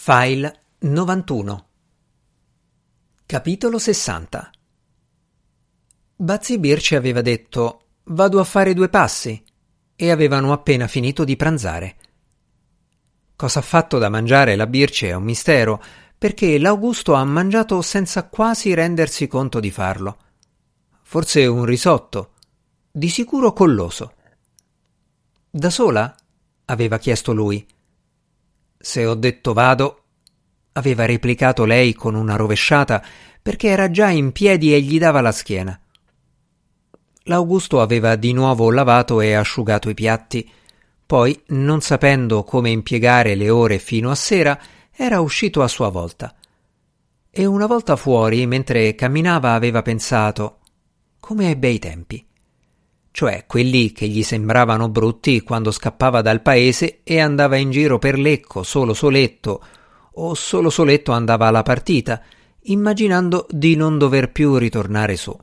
File 91. Capitolo 60. Bazzi Birce aveva detto «Vado a fare 2 passi» e avevano appena finito di pranzare. Cosa ha fatto da mangiare la Birce è un mistero, perché l'Augusto ha mangiato senza quasi rendersi conto di farlo. Forse un risotto, di sicuro colloso. «Da sola?» aveva chiesto lui. «Se ho detto vado», aveva replicato lei con una rovesciata, perché era già in piedi e gli dava la schiena. L'Augusto aveva di nuovo lavato e asciugato i piatti. Poi, non sapendo come impiegare le ore fino a sera, era uscito a sua volta. E una volta fuori, mentre camminava, aveva pensato: come ai bei tempi. Cioè quelli che gli sembravano brutti quando scappava dal paese e andava in giro per Lecco solo soletto, o solo soletto andava alla partita, immaginando di non dover più ritornare su.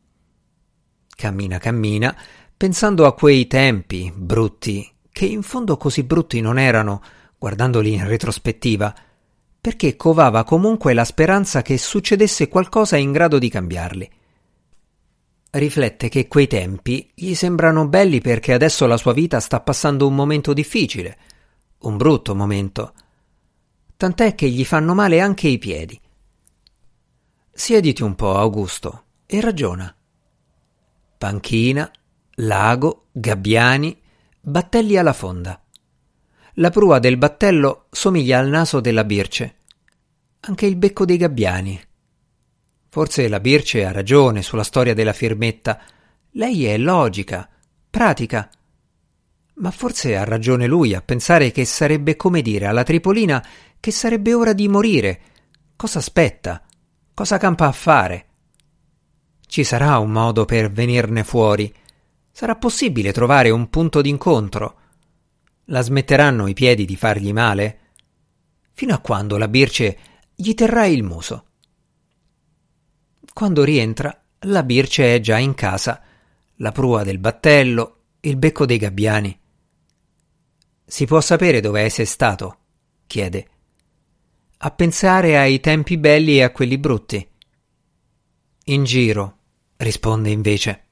Cammina, pensando a quei tempi brutti, che in fondo così brutti non erano, guardandoli in retrospettiva, perché covava comunque la speranza che succedesse qualcosa in grado di cambiarli. Riflette che quei tempi gli sembrano belli perché adesso la sua vita sta passando un momento difficile, un brutto momento, tant'è che gli fanno male anche i piedi. Siediti un po', Augusto, e ragiona. Panchina, lago, gabbiani, battelli alla fonda. La prua del battello somiglia al naso della Birce, anche il becco dei gabbiani. Forse la Birce ha ragione sulla storia della firmetta. Lei è logica, pratica. Ma forse ha ragione lui a pensare che sarebbe come dire alla Tripolina che sarebbe ora di morire. Cosa aspetta? Cosa campa a fare? Ci sarà un modo per venirne fuori. Sarà possibile trovare un punto d'incontro. La smetteranno i piedi di fargli male? Fino a quando la Birce gli terrà il muso? Quando rientra, la Birce è già in casa, la prua del battello, il becco dei gabbiani. «Si può sapere dove sei stato?» chiede. «A pensare ai tempi belli e a quelli brutti». «In giro», risponde invece.